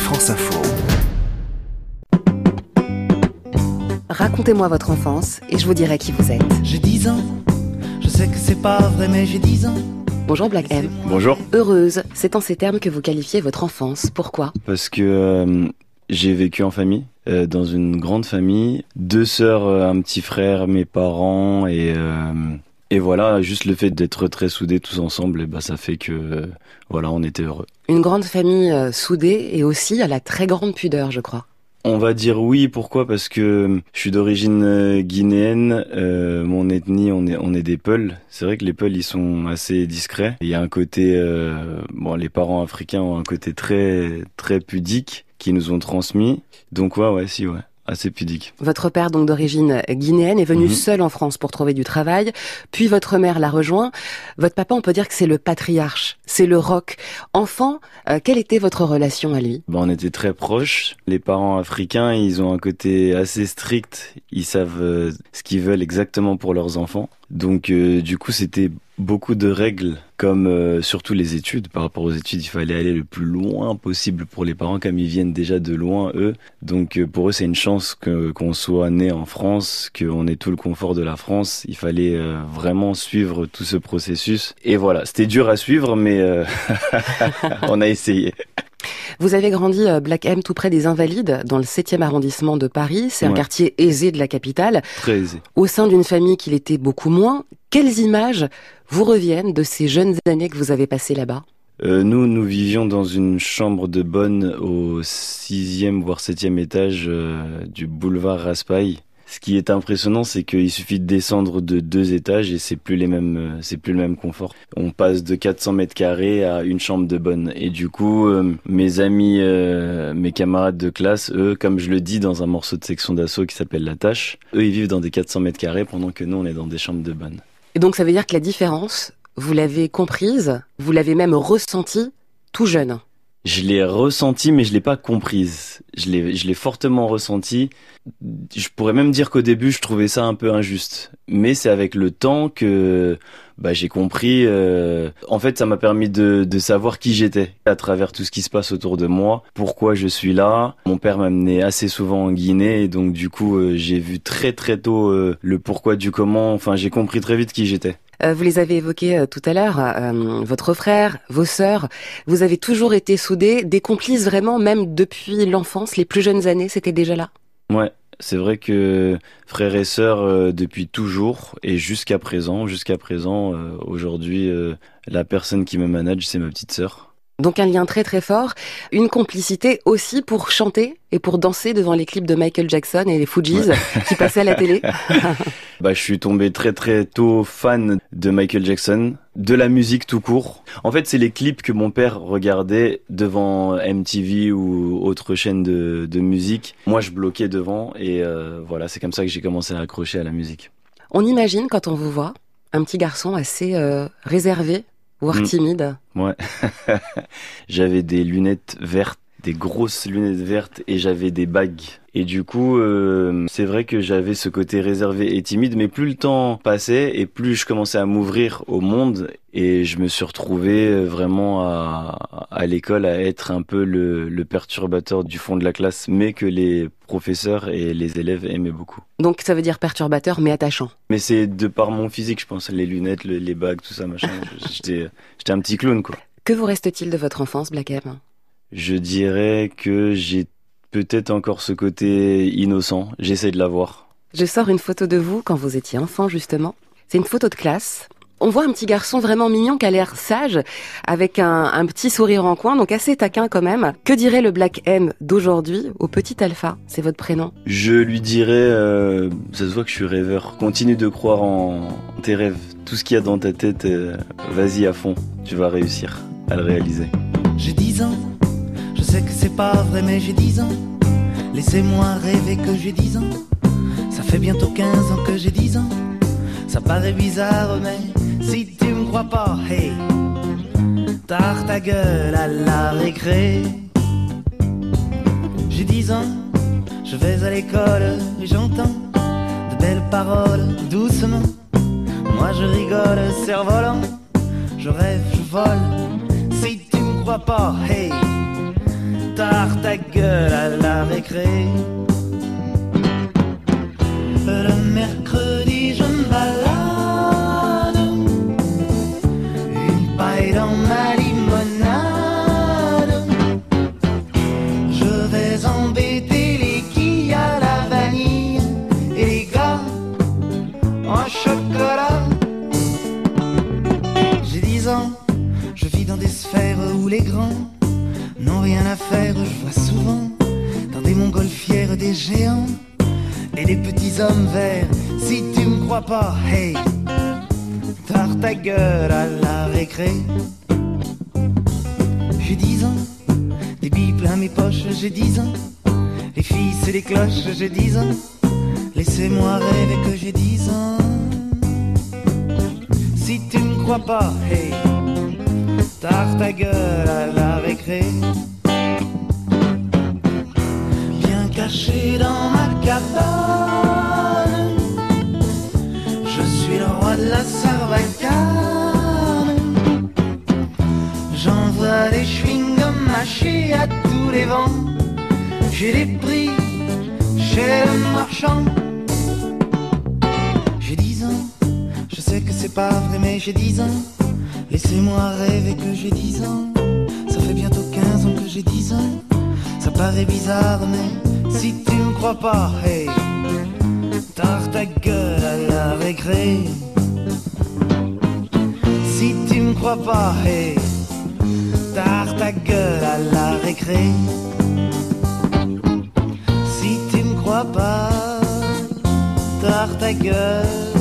France Info. Racontez-moi votre enfance et je vous dirai qui vous êtes. J'ai 10 ans, je sais que c'est pas vrai mais j'ai 10 ans. Bonjour Black M. Bonjour. Heureuse, c'est en ces termes que vous qualifiez votre enfance. Pourquoi ? Parce que j'ai vécu en famille, dans une grande famille, 2 sœurs, un petit frère, mes parents et voilà, juste le fait d'être très soudés tous ensemble, ça fait que voilà, on était heureux. Une grande famille soudée et aussi à la très grande pudeur, je crois. On va dire oui, pourquoi ? Parce que je suis d'origine guinéenne, mon ethnie, on est des Peuls. C'est vrai que les Peuls, ils sont assez discrets. Il y a un côté, les parents africains ont un côté très très pudique qui nous ont transmis. Donc ouais, assez pudique. Votre père, donc d'origine guinéenne, est venu seul en France pour trouver du travail, puis votre mère l'a rejoint. Votre papa, on peut dire que c'est le patriarche, c'est le rock. Enfant, quelle était votre relation à lui ? On était très proches. Les parents africains, ils ont un côté assez strict. Ils savent ce qu'ils veulent exactement pour leurs enfants. Donc du coup, c'était beaucoup de règles, comme surtout les études. Par rapport aux études, il fallait aller le plus loin possible pour les parents, comme ils viennent déjà de loin, eux. Donc pour eux, c'est une chance qu'on soit né en France, qu'on ait tout le confort de la France. Il fallait vraiment suivre tout ce processus. Et voilà, c'était dur à suivre, mais on a essayé. Vous avez grandi, Black M, tout près des Invalides, dans le 7e arrondissement de Paris. C'est un quartier aisé de la capitale. Très aisé. Au sein d'une famille qui l'était beaucoup moins. Quelles images vous reviennent de ces jeunes années que vous avez passées là-bas ? Nous vivions dans une chambre de bonne au 6e voire 7e étage du boulevard Raspail. Ce qui est impressionnant, c'est qu'il suffit de descendre de 2 étages et c'est plus le même confort. On passe de 400 mètres carrés à une chambre de bonne. Et du coup, mes amis, mes camarades de classe, eux, comme je le dis dans un morceau de Section d'Assaut qui s'appelle La Tâche, eux, ils vivent dans des 400 mètres carrés pendant que nous, on est dans des chambres de bonne. Et donc, ça veut dire que la différence, vous l'avez comprise, vous l'avez même ressentie tout jeune. Je l'ai ressentie, mais je l'ai pas comprise. Je l'ai fortement ressentie. Je pourrais même dire qu'au début, je trouvais ça un peu injuste. Mais c'est avec le temps que j'ai compris. En fait, ça m'a permis de savoir qui j'étais à travers tout ce qui se passe autour de moi. Pourquoi je suis là. Mon père m'a amené assez souvent en Guinée. Et donc, du coup, j'ai vu très très tôt le pourquoi du comment. Enfin, j'ai compris très vite qui j'étais. Vous les avez évoqués tout à l'heure, votre frère, vos sœurs, vous avez toujours été soudés, des complices vraiment, même depuis l'enfance, les plus jeunes années, c'était déjà là ? Ouais, c'est vrai que frères et sœurs depuis toujours et jusqu'à présent, aujourd'hui, la personne qui me manage, c'est ma petite sœur. Donc un lien très très fort, une complicité aussi pour chanter et pour danser devant les clips de Michael Jackson et les Fujis qui passaient à la télé. Je suis tombé très très tôt fan de Michael Jackson, de la musique tout court. En fait, c'est les clips que mon père regardait devant MTV ou autre chaîne de musique. Moi, je bloquais devant et voilà, c'est comme ça que j'ai commencé à accrocher à la musique. On imagine quand on vous voit un petit garçon assez réservé, voire timide. Ouais. J'avais des lunettes vertes, des grosses lunettes vertes et j'avais des bagues. Et du coup, c'est vrai que j'avais ce côté réservé et timide, mais plus le temps passait et plus je commençais à m'ouvrir au monde et je me suis retrouvé vraiment à l'école à être un peu le perturbateur du fond de la classe, mais que les professeurs et les élèves aimaient beaucoup. Donc ça veut dire perturbateur mais attachant. Mais c'est de par mon physique, je pense, les lunettes, les bagues, tout ça, machin. J'étais un petit clown, quoi. Que vous reste-t-il de votre enfance, Black M ? Je dirais que j'ai peut-être encore ce côté innocent. J'essaie de l'avoir. Je sors une photo de vous quand vous étiez enfant, justement. C'est une photo de classe. On voit un petit garçon vraiment mignon qui a l'air sage, avec un petit sourire en coin, donc assez taquin quand même. Que dirait le Black M d'aujourd'hui au petit Alpha ? C'est votre prénom. Je lui dirais, ça se voit que je suis rêveur. Continue de croire en tes rêves. Tout ce qu'il y a dans ta tête, vas-y à fond. Tu vas réussir à le réaliser. J'ai 10 ans, je sais que c'est pas vrai mais j'ai 10 ans. Laissez-moi rêver que j'ai 10 ans. Ça fait bientôt 15 ans que j'ai 10 ans. Ça paraît bizarre mais si tu me crois pas, hey, tard ta gueule à la récré. J'ai 10 ans, je vais à l'école et j'entends de belles paroles doucement. Moi je rigole, cerf-volant, je rêve, je vole. Si tu me crois pas, hey, tard ta gueule à la récré. Le mercredi je me balade, une paille dans ma limonade. Je vais embêter les quilles à la vanille et les gars en chocolat. J'ai 10 ans, je vis dans des sphères où les grands n'ont rien à faire. Je vois souvent dans des montgolfières des géants et des petits hommes verts. Si tu me crois pas, hey, tard ta gueule à la récré. J'ai 10 ans, des billes plein mes poches, j'ai 10 ans. Les filles c'est les cloches, j'ai 10 ans. Laissez-moi rêver que j'ai 10 ans. Si tu me crois pas, hey, tard ta gueule à la récré. Bien caché dans ma cabane, je suis le roi de la Sarbacane. J'envoie des chewing-gums mâchés à tous les vents. J'ai des prix chez le marchand. J'ai 10 ans, je sais que c'est pas vrai mais j'ai 10 ans. Laissez-moi rêver que j'ai 10 ans. Ça fait bientôt 15 ans que j'ai 10 ans. Ça paraît bizarre mais si tu me crois pas, hey, tard ta gueule à la récré. Si tu me crois pas, hey, tard ta gueule à la récré. Si tu me crois pas, tard ta gueule